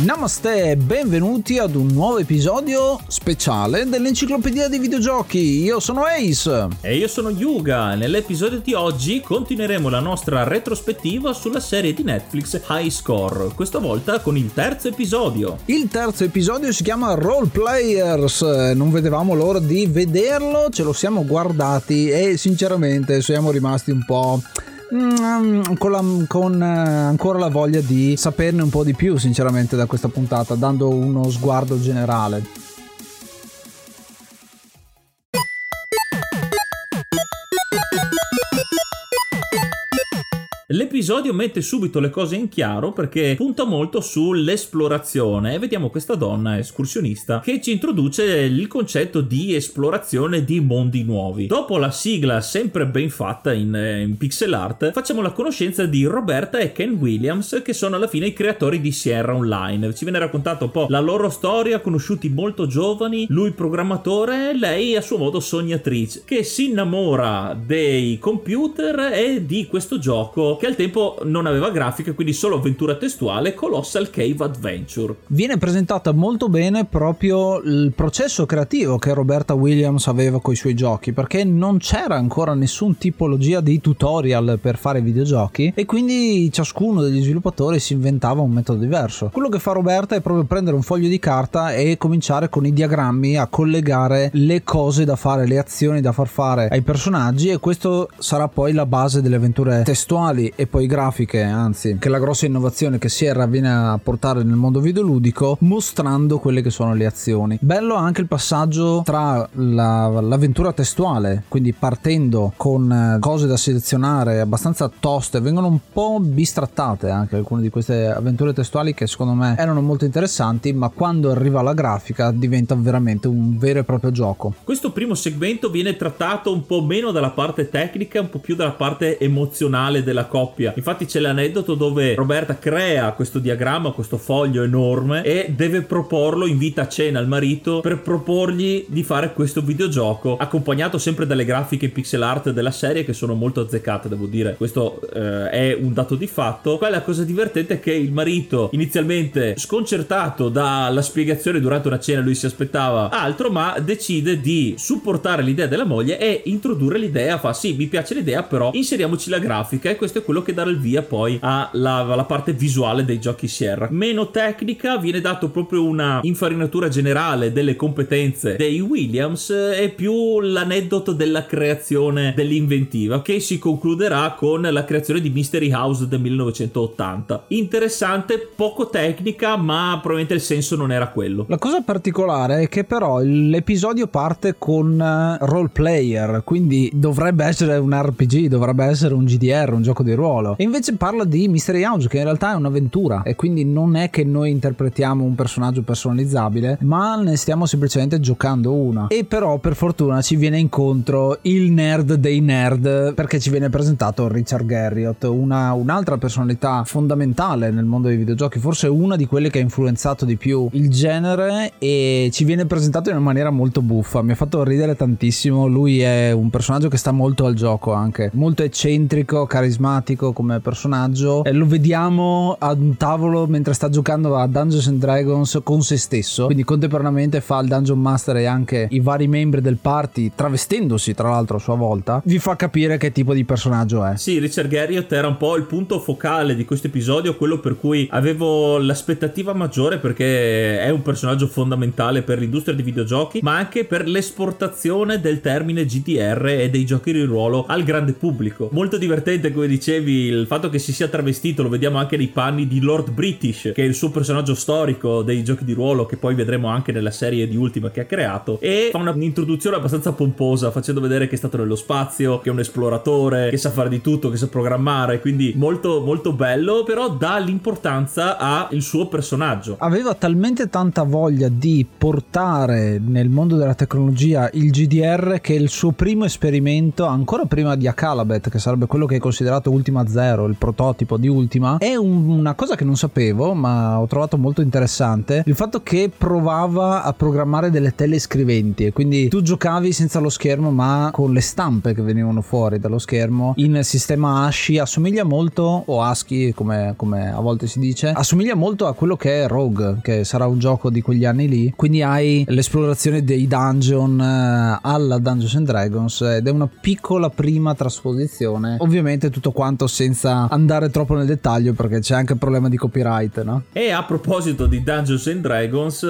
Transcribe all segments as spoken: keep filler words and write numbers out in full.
Namaste e benvenuti ad un nuovo episodio speciale dell'Enciclopedia dei Videogiochi. Io sono Ace. E io sono Yuga. Nell'episodio di oggi continueremo la nostra retrospettiva sulla serie di Netflix High Score, questa volta con il terzo episodio. Il terzo episodio si chiama Role Players. Non vedevamo l'ora di vederlo, ce lo siamo guardati e sinceramente siamo rimasti un po'... Con, la, con ancora la voglia di saperne un po' di più sinceramente da questa puntata, dando uno sguardo generale. L'episodio mette subito le cose in chiaro perché punta molto sull'esplorazione e vediamo questa donna escursionista che ci introduce il concetto di esplorazione di mondi nuovi. Dopo la sigla sempre ben fatta in, in pixel art, facciamo la conoscenza di Roberta e Ken Williams, che sono alla fine i creatori di Sierra Online. Ci viene raccontata un po' la loro storia, conosciuti molto giovani, lui programmatore, lei a suo modo sognatrice, che si innamora dei computer e di questo gioco che al tempo non aveva grafica, quindi solo avventura testuale, Colossal Cave Adventure. Viene presentata molto bene proprio il processo creativo che Roberta Williams aveva con i suoi giochi, perché non c'era ancora nessun tipologia di tutorial per fare videogiochi e quindi ciascuno degli sviluppatori si inventava un metodo diverso. Quello che fa Roberta è proprio prendere un foglio di carta e cominciare con i diagrammi a collegare le cose da fare, le azioni da far fare ai personaggi, e questo sarà poi la base delle avventure testuali e poi grafiche, anzi, che è la grossa innovazione che Sierra viene a portare nel mondo videoludico, mostrando quelle che sono le azioni. Bello anche il passaggio tra la, l'avventura testuale, quindi partendo con cose da selezionare abbastanza toste, vengono un po' bistrattate anche alcune di queste avventure testuali che secondo me erano molto interessanti, ma quando arriva la grafica diventa veramente un vero e proprio gioco. Questo primo segmento viene trattato un po' meno dalla parte tecnica, un po' più dalla parte emozionale della coppia. Infatti c'è l'aneddoto dove Roberta crea questo diagramma, questo foglio enorme, e deve proporlo, invita a cena al marito per proporgli di fare questo videogioco, accompagnato sempre dalle grafiche pixel art della serie che sono molto azzeccate, devo dire. Questo eh, è un dato di fatto. Qua la cosa divertente è che il marito, inizialmente sconcertato dalla spiegazione durante una cena, lui si aspettava altro, ma decide di supportare l'idea della moglie e introdurre l'idea, fa sì, mi piace l'idea, però inseriamoci la grafica, e questo è quello che dà il via poi alla, alla parte visuale dei giochi Sierra. Meno tecnica, viene dato proprio una infarinatura generale delle competenze dei Williams e più l'aneddoto della creazione dell'inventiva, che si concluderà con la creazione di Mystery House del millenovecentottanta. Interessante, poco tecnica, ma probabilmente il senso non era quello. La cosa particolare è che però l'episodio parte con role player, quindi dovrebbe essere un R P G, dovrebbe essere un G D R, un gioco di ruolo, e invece parla di Mystery House, che in realtà è un'avventura, e quindi non è che noi interpretiamo un personaggio personalizzabile, ma ne stiamo semplicemente giocando una. E però per fortuna ci viene incontro il nerd dei nerd, perché ci viene presentato Richard Garriott, una, un'altra personalità fondamentale nel mondo dei videogiochi, forse una di quelle che ha influenzato di più il genere, e ci viene presentato in una maniera molto buffa. Mi ha fatto ridere tantissimo. Lui è un personaggio che sta molto al gioco, anche molto eccentrico, carismatico come personaggio, e lo vediamo ad un tavolo mentre sta giocando a Dungeons and Dragons con se stesso, quindi contemporaneamente fa il Dungeon Master e anche i vari membri del party, travestendosi tra l'altro a sua volta. Vi fa capire che tipo di personaggio è. Sì, Richard Garriott era un po' il punto focale di questo episodio, quello per cui avevo l'aspettativa maggiore, perché è un personaggio fondamentale per l'industria dei videogiochi, ma anche per l'esportazione del termine G D R e dei giochi di ruolo al grande pubblico. Molto divertente, come dicevi, il fatto che si sia travestito, lo vediamo anche nei panni di Lord British, che è il suo personaggio storico dei giochi di ruolo, che poi vedremo anche nella serie di Ultima che ha creato, e fa un'introduzione abbastanza pomposa, facendo vedere che è stato nello spazio, che è un esploratore, che sa fare di tutto, che sa programmare, quindi molto molto bello, però dà l'importanza al suo personaggio. Aveva talmente tanta voglia di portare nel mondo della tecnologia il G D R che il suo primo esperimento, ancora prima di Akalabeth, che sarebbe quello che è considerato Ultima Zero, il prototipo di Ultima, è un, una cosa che non sapevo ma ho trovato molto interessante, il fatto che provava a programmare delle telescriventi e quindi tu giocavi senza lo schermo ma con le stampe che venivano fuori dallo schermo in sistema A S C I. Assomiglia molto, o A S C I come, come a volte si dice, assomiglia molto a quello che è Rogue, che sarà un gioco di quegli anni lì, quindi hai l'esplorazione dei dungeon eh, alla Dungeons and Dragons ed è una piccola prima trasposizione, ovviamente tutto quanto senza andare troppo nel dettaglio perché c'è anche il problema di copyright, no? E a proposito di Dungeons and Dragons,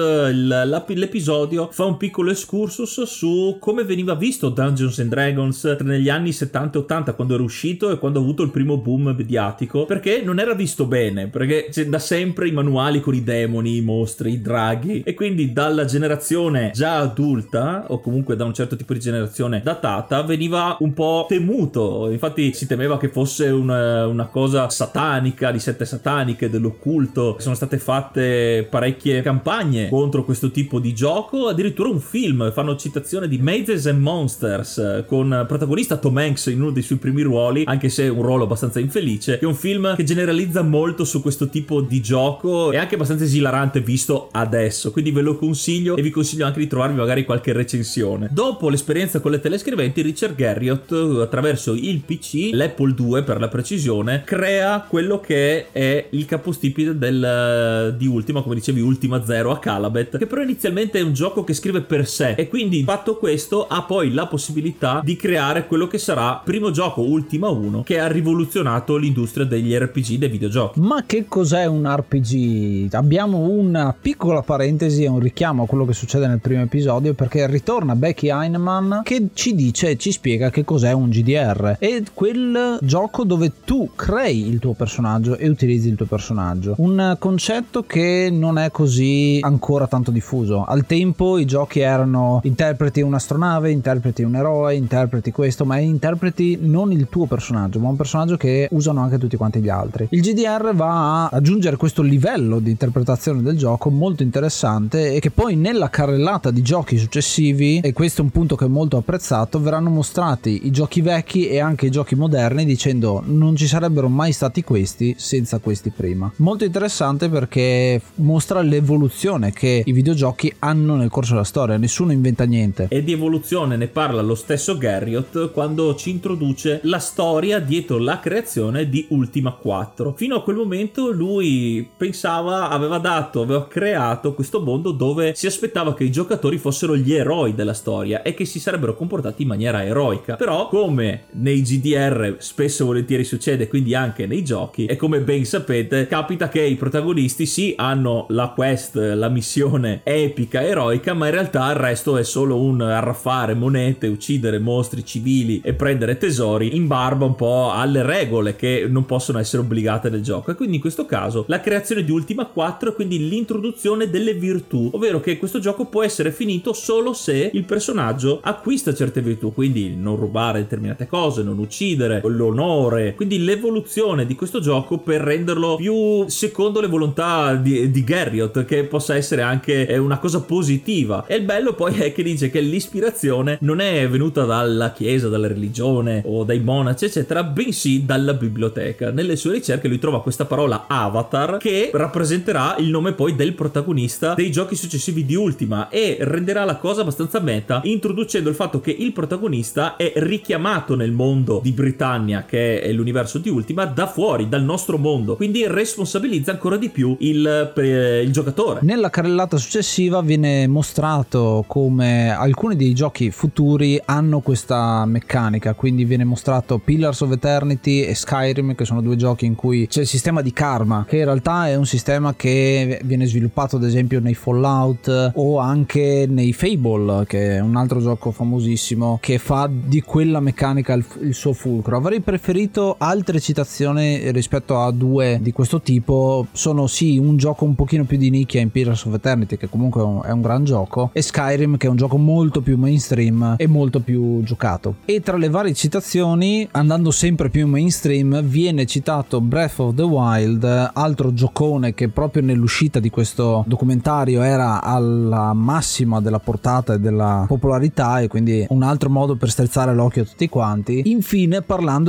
l'episodio fa un piccolo excursus su come veniva visto Dungeons and Dragons negli anni settanta e ottanta, quando era uscito e quando ha avuto il primo boom mediatico, perché non era visto bene, perché c'è da sempre i manuali con i demoni, i mostri, i draghi, e quindi dalla generazione già adulta o comunque da un certo tipo di generazione datata veniva un po' temuto. Infatti si temeva che fosse una, una cosa satanica, di sette sataniche, dell'occulto. Sono state fatte parecchie campagne contro questo tipo di gioco, addirittura un film, fanno citazione di Mazes and Monsters con protagonista Tom Hanks in uno dei suoi primi ruoli, anche se un ruolo abbastanza infelice, che è un film che generalizza molto su questo tipo di gioco, è anche abbastanza esilarante visto adesso, quindi ve lo consiglio e vi consiglio anche di trovarvi magari qualche recensione. Dopo l'esperienza con le telescriventi, Richard Garriott, attraverso il P C, l'Apple due per la precisione, crea quello che è il capostipite del, di Ultima, come dicevi, Ultima Zero a Calabet, che però inizialmente è un gioco che scrive per sé, e quindi fatto questo ha poi la possibilità di creare quello che sarà primo gioco Ultima uno che ha rivoluzionato l'industria degli R P G, dei videogiochi. Ma che cos'è un R P G? Abbiamo una piccola parentesi e un richiamo a quello che succede nel primo episodio, perché ritorna Becky Heinemann che ci dice e ci spiega che cos'è un G D R. È quel gioco dove tu crei il tuo personaggio e utilizzi il tuo personaggio, un concetto che non è così ancora tanto diffuso. Al tempo i giochi erano interpreti un'astronave, interpreti un eroe, interpreti questo, ma interpreti non il tuo personaggio ma un personaggio che usano anche tutti quanti gli altri. Il G D R va a aggiungere questo livello di interpretazione del gioco molto interessante, e che poi nella carrellata di giochi successivi, e questo è un punto che è molto apprezzato, verranno mostrati i giochi vecchi e anche i giochi moderni dicendo non ci sarebbero mai stati questi senza questi prima. Molto interessante perché mostra l'evoluzione che i videogiochi hanno nel corso della storia, nessuno inventa niente. E di evoluzione ne parla lo stesso Garriott quando ci introduce la storia dietro la creazione di Ultima quattro. Fino a quel momento lui pensava, aveva dato, aveva creato questo mondo dove si aspettava che i giocatori fossero gli eroi della storia e che si sarebbero comportati in maniera eroica. Però, come nei G D R spesso e volentieri succede, quindi anche nei giochi, e come ben sapete, capita che i protagonisti sì hanno la quest, la missione epica, eroica, ma in realtà il resto è solo un arraffare monete, uccidere mostri civili e prendere tesori in barba un po' alle regole che non possono essere obbligate nel gioco. E quindi in questo caso la creazione di Ultima quattro è quindi l'introduzione delle virtù, ovvero che questo gioco può essere finito solo se il personaggio acquista certe virtù, quindi non rubare determinate cose, non uccidere, l'onore, quindi l'evoluzione di questo gioco per renderlo più secondo le volontà di, di Garriott, che possa essere anche una cosa positiva. E il bello poi è che dice che l'ispirazione non è venuta dalla chiesa, dalla religione o dai monaci eccetera, bensì dalla biblioteca. Nelle sue ricerche lui trova questa parola avatar, che rappresenterà il nome poi del protagonista dei giochi successivi di Ultima, e renderà la cosa abbastanza meta, introducendo il fatto che il protagonista è richiamato nel mondo di Britannia, che è l'universo di Ultima, da fuori, dal nostro mondo, quindi responsabilizza ancora di più il, eh, il giocatore. Nella carrellata successiva viene mostrato come alcuni dei giochi futuri hanno questa meccanica, quindi viene mostrato Pillars of Eternity e Skyrim, che sono due giochi in cui c'è il sistema di karma, che in realtà è un sistema che viene sviluppato ad esempio nei Fallout o anche nei Fable, che è un altro gioco famosissimo che fa di quella meccanica il, il suo fulcro. Avrei preferito altre citazioni rispetto a due di questo tipo. Sono sì un gioco un pochino più di nicchia in Pillars of Eternity, che comunque è un, è un gran gioco, e Skyrim, che è un gioco molto più mainstream e molto più giocato. E tra le varie citazioni, andando sempre più mainstream, viene citato Breath of the Wild, altro giocone che proprio nell'uscita di questo documentario era alla massima della portata e della popolarità, e quindi un altro modo per strizzare l'occhio a tutti quanti. Infine parlando di quelli che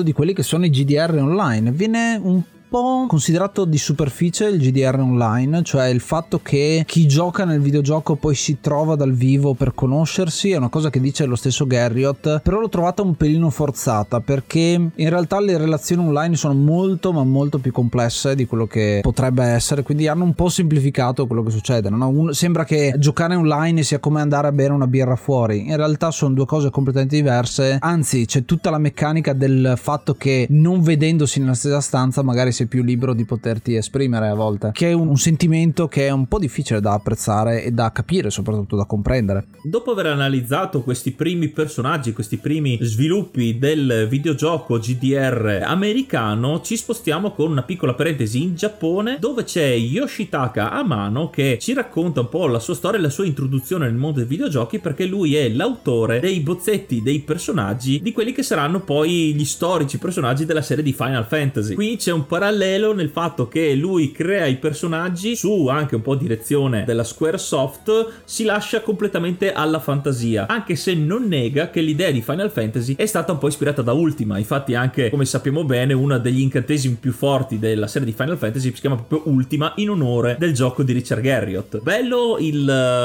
sono i G D R online. Viene un po' considerato di superficie il G D R online, cioè il fatto che chi gioca nel videogioco poi si trova dal vivo per conoscersi, è una cosa che dice lo stesso Garriott, però l'ho trovata un pelino forzata, perché in realtà le relazioni online sono molto ma molto più complesse di quello che potrebbe essere, quindi hanno un po' semplificato quello che succede, no? Un, sembra che giocare online sia come andare a bere una birra fuori, in realtà sono due cose completamente diverse, anzi c'è tutta la meccanica del fatto che non vedendosi nella stessa stanza magari sei più libero di poterti esprimere a volte, che è un, un sentimento che è un po' difficile da apprezzare e da capire, soprattutto da comprendere. Dopo aver analizzato questi primi personaggi, questi primi sviluppi del videogioco G D R americano, ci spostiamo con una piccola parentesi in Giappone, dove c'è Yoshitaka Amano che ci racconta un po' la sua storia e la sua introduzione nel mondo dei videogiochi, perché lui è l'autore dei bozzetti dei personaggi di quelli che saranno poi gli storici personaggi della serie di Final Fantasy. Qui c'è un parallelo nel fatto che lui crea i personaggi su anche un po' direzione della Squaresoft, si lascia completamente alla fantasia, anche se non nega che l'idea di Final Fantasy è stata un po' ispirata da Ultima. Infatti anche, come sappiamo bene, uno degli incantesimi più forti della serie di Final Fantasy si chiama proprio Ultima, in onore del gioco di Richard Garriott. Bello il,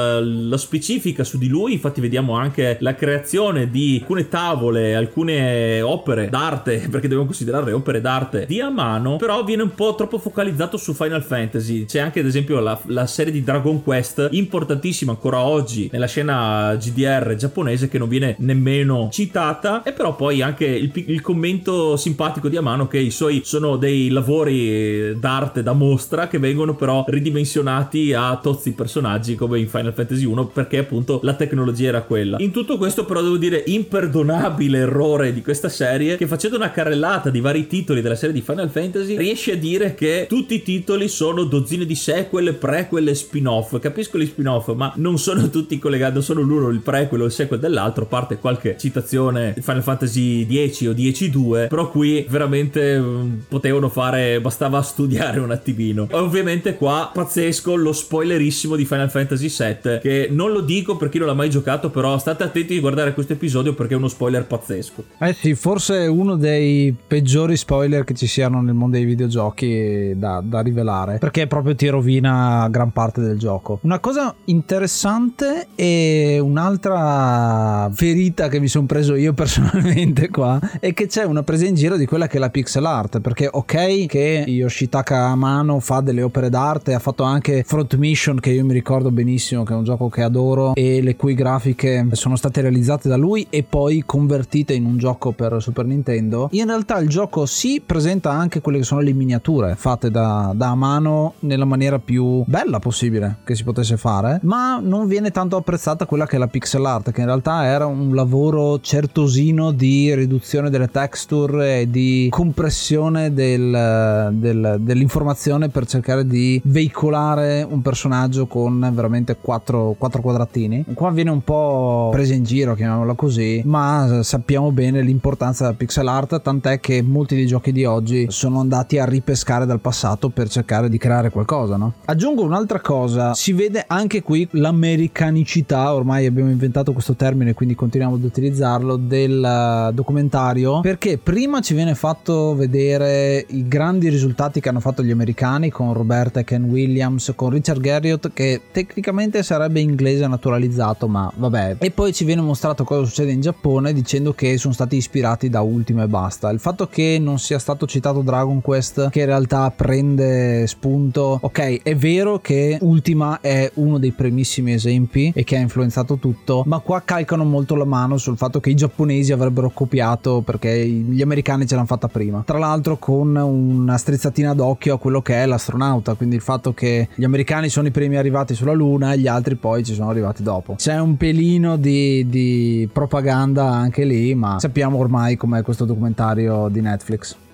lo specifica su di lui, infatti vediamo anche la creazione di alcune tavole, alcune opere d'arte, perché dobbiamo considerare opere d'arte di Amano, però viene un po' troppo focalizzato su Final Fantasy. C'è anche ad esempio la, la serie di Dragon Quest, importantissima ancora oggi nella scena G D R giapponese, che non viene nemmeno citata, e però poi anche il, il commento simpatico di Amano che i suoi sono dei lavori d'arte da mostra che vengono però ridimensionati a tozzi personaggi come in Final Fantasy uno, perché appunto la tecnologia era quella. In tutto questo però devo dire imperdonabile errore di questa serie, che facendo una carrellata di vari titoli della serie di Final Fantasy riesce a dire che tutti i titoli sono dozzine di sequel, prequel e spin-off. Capisco gli spin-off, ma non sono tutti collegati, non sono l'uno il prequel o il sequel dell'altro, a parte qualche citazione di Final Fantasy dieci o dieci due, però qui veramente um, potevano fare, bastava studiare un attimino. Ovviamente qua pazzesco lo spoilerissimo di Final Fantasy sette, che non lo dico per chi non l'ha mai giocato, però state attenti a guardare questo episodio perché è uno spoiler pazzesco. Eh sì, forse è uno dei peggiori spoiler che ci siano nel mondo dei videogiochi da, da rivelare, perché proprio ti rovina gran parte del gioco. Una cosa interessante e un'altra ferita che mi sono preso io personalmente qua è che c'è una presa in giro di quella che è la pixel art, perché ok che Yoshitaka Amano fa delle opere d'arte, ha fatto anche Front Mission, che io mi ricordo benissimo, che è un gioco che adoro e le cui grafiche sono state realizzate da lui e poi convertite in un gioco per Super Nintendo. In realtà il gioco si presenta anche quelle che sono le miniature fatte da, da Amano nella maniera più bella possibile che si potesse fare, ma non viene tanto apprezzata quella che è la pixel art, che in realtà era un lavoro certosino di riduzione delle texture e di compressione del, del, dell'informazione per cercare di veicolare un personaggio con veramente quattro, quattro quadratini. Qua viene un po' presa in giro, chiamiamola così, ma sappiamo bene l'importanza della pixel art, tant'è che molti dei giochi di oggi sono andati a ripescare dal passato per cercare di creare qualcosa, no? Aggiungo un'altra cosa, si vede anche qui l'americanicità, ormai abbiamo inventato questo termine quindi continuiamo ad utilizzarlo, del documentario, perché prima ci viene fatto vedere i grandi risultati che hanno fatto gli americani con Roberta e Ken Williams, con Richard Garriott che tecnicamente sarebbe inglese naturalizzato, ma vabbè, e poi ci viene mostrato cosa succede in Giappone dicendo che sono stati ispirati da Ultima e basta. Il fatto che non sia stato citato Dragon Quest, che in realtà prende spunto, ok, è vero che Ultima è uno dei primissimi esempi e che ha influenzato tutto, ma qua calcano molto la mano sul fatto che i giapponesi avrebbero copiato perché gli americani ce l'hanno fatta prima, tra l'altro con una strizzatina d'occhio a quello che è l'astronauta, quindi il fatto che gli americani sono i primi arrivati sulla luna e gli altri poi ci sono arrivati dopo. C'è un pelino di, di propaganda anche lì, ma sappiamo ormai com'è questo documentario di Netflix.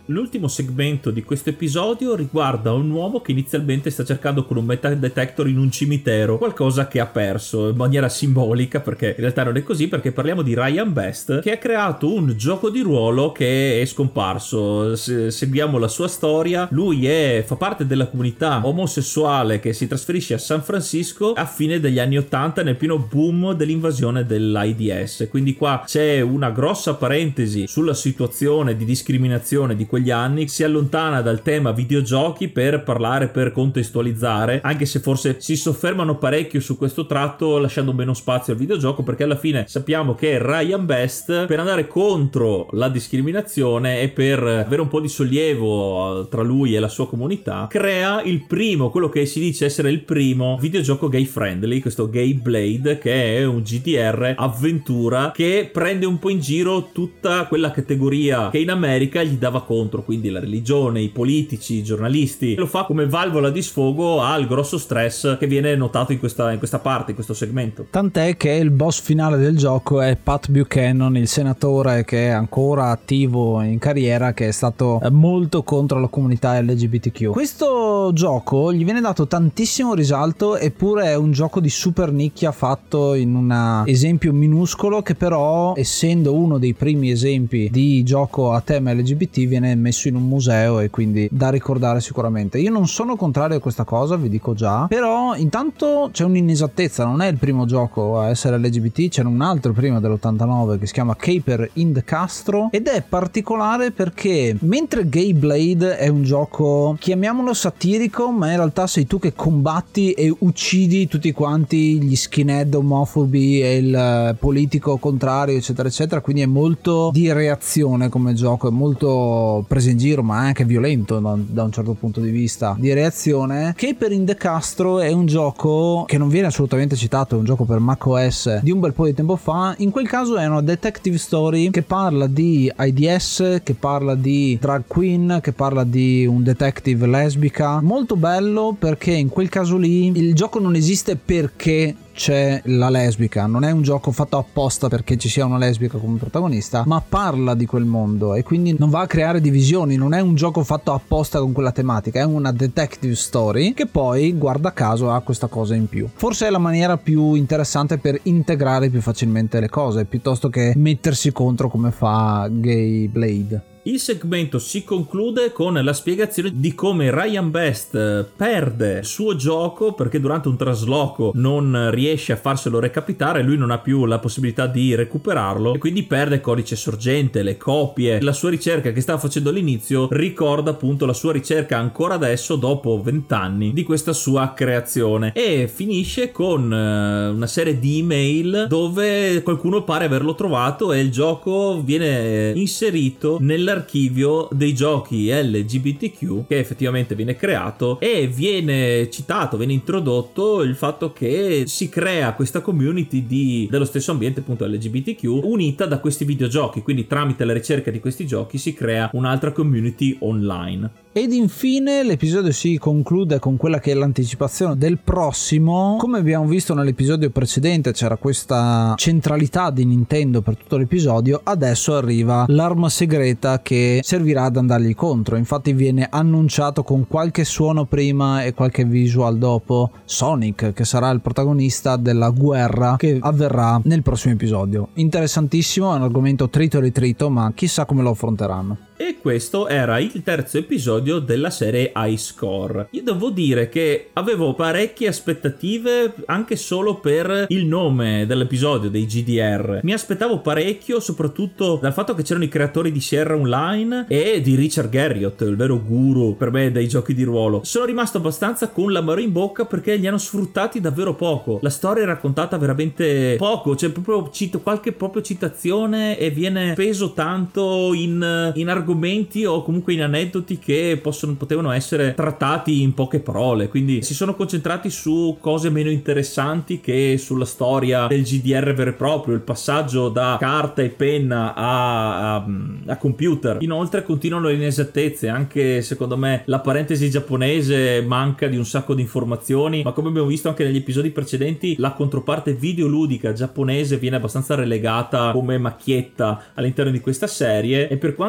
L'ultimo segmento di questo episodio riguarda un uomo che inizialmente sta cercando con un metal detector in un cimitero qualcosa che ha perso in maniera simbolica, perché in realtà non è così, perché parliamo di Ryan Best, che ha creato un gioco di ruolo che è scomparso. Se seguiamo la sua storia, lui è, fa parte della comunità omosessuale che si trasferisce a San Francisco a fine degli anni ottanta, nel pieno boom dell'invasione dell'AIDS. Quindi qua c'è una grossa parentesi sulla situazione di discriminazione di quegli anni, si allontana dal tema videogiochi per parlare, per contestualizzare, anche se forse si soffermano parecchio su questo tratto lasciando meno spazio al videogioco, perché alla fine sappiamo che Ryan Best, per andare contro la discriminazione e per avere un po' di sollievo tra lui e la sua comunità, crea il primo, quello che si dice essere il primo videogioco gay friendly, questo Gay Blade, che è un G D R avventura che prende un po' in giro tutta quella categoria che in America gli dava contro, quindi la religione, i politici, i giornalisti. Lo fa come valvola di sfogo al grosso stress che viene notato in questa, in questa parte, in questo segmento. Tant'è che il boss finale del gioco è Pat Buchanan, il senatore che è ancora attivo in carriera, che è stato molto contro la comunità L G B T Q. Questo gioco gli viene dato tantissimo risalto, eppure è un gioco di super nicchia fatto in un esempio minuscolo, che però, essendo uno dei primi esempi di gioco a tema L G B T, viene messo in un museo e quindi da ricordare sicuramente. Io non sono contrario a questa cosa, vi dico già, però intanto c'è un'inesattezza, non è il primo gioco a essere L G B T, c'era un altro prima dell'ottantanove che si chiama Caper in the Castro, ed è particolare perché mentre Gay Blade è un gioco, chiamiamolo satirico, ma in realtà sei tu che combatti e uccidi tutti quanti gli skinhead omofobi e il politico contrario eccetera eccetera, quindi è molto di reazione come gioco, è molto preso in giro ma anche violento da, da un certo punto di vista di reazione. Caper in the Castro è un gioco che non viene assolutamente citato, è un gioco per macOS di un bel po' di tempo fa. In quel caso è una detective story che parla di AIDS, che parla di drag queen, che parla di un detective lesbica, molto bello perché in quel caso lì il gioco non esiste perché c'è la lesbica, non è un gioco fatto apposta perché ci sia una lesbica come protagonista, ma parla di quel mondo e quindi non va a creare divisioni, non è un gioco fatto apposta con quella tematica, è una detective story che poi guarda caso ha questa cosa in più. Forse è la maniera più interessante per integrare più facilmente le cose piuttosto che mettersi contro come fa Gay Blade. Il segmento si conclude con la spiegazione di come Ryan Best perde il suo gioco perché durante un trasloco non riesce a farselo recapitare, lui non ha più la possibilità di recuperarlo e quindi perde il codice sorgente, le copie. La sua ricerca che stava facendo all'inizio ricorda appunto la sua ricerca ancora adesso dopo vent'anni di questa sua creazione, e finisce con una serie di email dove qualcuno pare averlo trovato e il gioco viene inserito nella archivio dei giochi L G B T Q che effettivamente viene creato, e viene citato, viene introdotto il fatto che si crea questa community di, dello stesso ambiente appunto L G B T Q unita da questi videogiochi, quindi tramite la ricerca di questi giochi si crea un'altra community online. Ed infine l'episodio si conclude con quella che è l'anticipazione del prossimo. Come abbiamo visto nell'episodio precedente c'era questa centralità di Nintendo per tutto l'episodio, adesso arriva l'arma segreta che servirà ad andargli contro. Infatti viene annunciato con qualche suono prima e qualche visual dopo Sonic, che sarà il protagonista della guerra che avverrà nel prossimo episodio. Interessantissimo, è un argomento trito e ritrito, ma chissà come lo affronteranno. E questo era il terzo episodio della serie High Score. Io devo dire che avevo parecchie aspettative anche solo per il nome dell'episodio dei G D R. Mi aspettavo parecchio soprattutto dal fatto che c'erano i creatori di Sierra Online e di Richard Garriott, il vero guru per me dei giochi di ruolo. Sono rimasto abbastanza con l'amaro in bocca perché li hanno sfruttati davvero poco. La storia è raccontata veramente poco, c'è proprio cito, qualche proprio citazione e viene peso tanto in, in argomenti o comunque in aneddoti che possono, potevano essere trattati in poche parole, quindi si sono concentrati su cose meno interessanti che sulla storia del G D R vero e proprio, il passaggio da carta e penna a, a, a computer. Inoltre continuano le inesattezze, anche secondo me la parentesi giapponese manca di un sacco di informazioni, ma come abbiamo visto anche negli episodi precedenti la controparte videoludica giapponese viene abbastanza relegata come macchietta all'interno di questa serie, e per quanto sia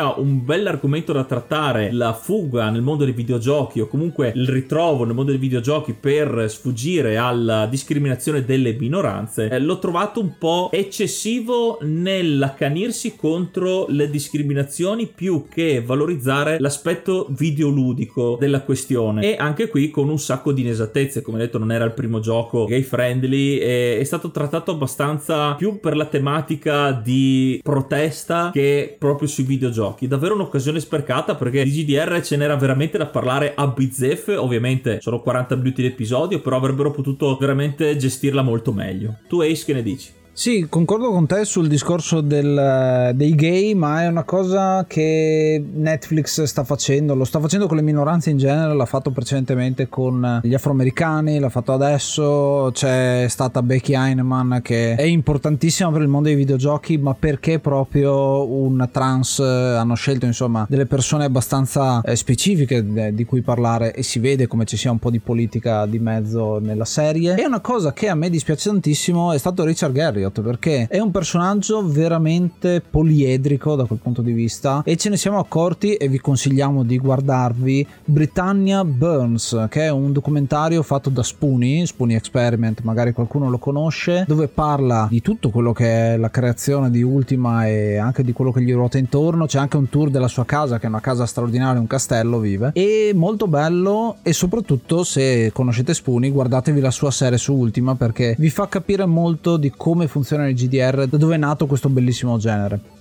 sia un bell'argomento da trattare, la fuga nel mondo dei videogiochi o comunque il ritrovo nel mondo dei videogiochi per sfuggire alla discriminazione delle minoranze, eh, l'ho trovato un po' eccessivo nell'accanirsi contro le discriminazioni più che valorizzare l'aspetto videoludico della questione, e anche qui con un sacco di inesattezze. Come detto, non era il primo gioco gay friendly, e è stato trattato abbastanza più per la tematica di protesta che proprio sui videogiochi. Davvero un'occasione sprecata, perché di G D R ce n'era veramente da parlare a bizzeffe. Ovviamente sono quaranta minuti l'episodio, però avrebbero potuto veramente gestirla molto meglio. Tu Ace, che ne dici? Sì, concordo con te sul discorso del, dei gay, ma è una cosa che Netflix sta facendo, lo sta facendo con le minoranze in genere, l'ha fatto precedentemente con gli afroamericani, l'ha fatto adesso, c'è stata Becky Heinemann che è importantissima per il mondo dei videogiochi, ma perché proprio un trans, hanno scelto insomma delle persone abbastanza eh, specifiche eh, di cui parlare, e si vede come ci sia un po' di politica di mezzo nella serie. E una cosa che a me dispiace tantissimo è stato Richard Garriott, perché è un personaggio veramente poliedrico da quel punto di vista, e ce ne siamo accorti, e vi consigliamo di guardarvi Britannia Burns, che è un documentario fatto da Spoony, Spoony Experiment, magari qualcuno lo conosce, dove parla di tutto quello che è la creazione di Ultima e anche di quello che gli ruota intorno. C'è anche un tour della sua casa, che è una casa straordinaria, un castello, vive, e molto bello. E soprattutto, se conoscete Spoony, guardatevi la sua serie su Ultima, perché vi fa capire molto di come funziona il G D R, da dove è nato questo bellissimo genere.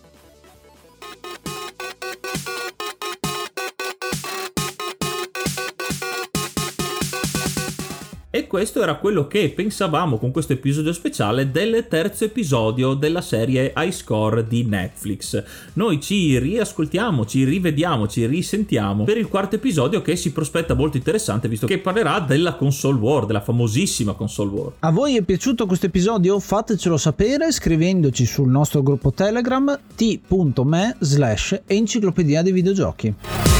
E questo era quello che pensavamo con questo episodio speciale del terzo episodio della serie High Score di Netflix. Noi ci riascoltiamo, ci rivediamo, ci risentiamo per il quarto episodio, che si prospetta molto interessante, visto che parlerà della console war, della famosissima console war. A voi è piaciuto questo episodio? Fatecelo sapere scrivendoci sul nostro gruppo Telegram t punto me slash enciclopedia dei videogiochi.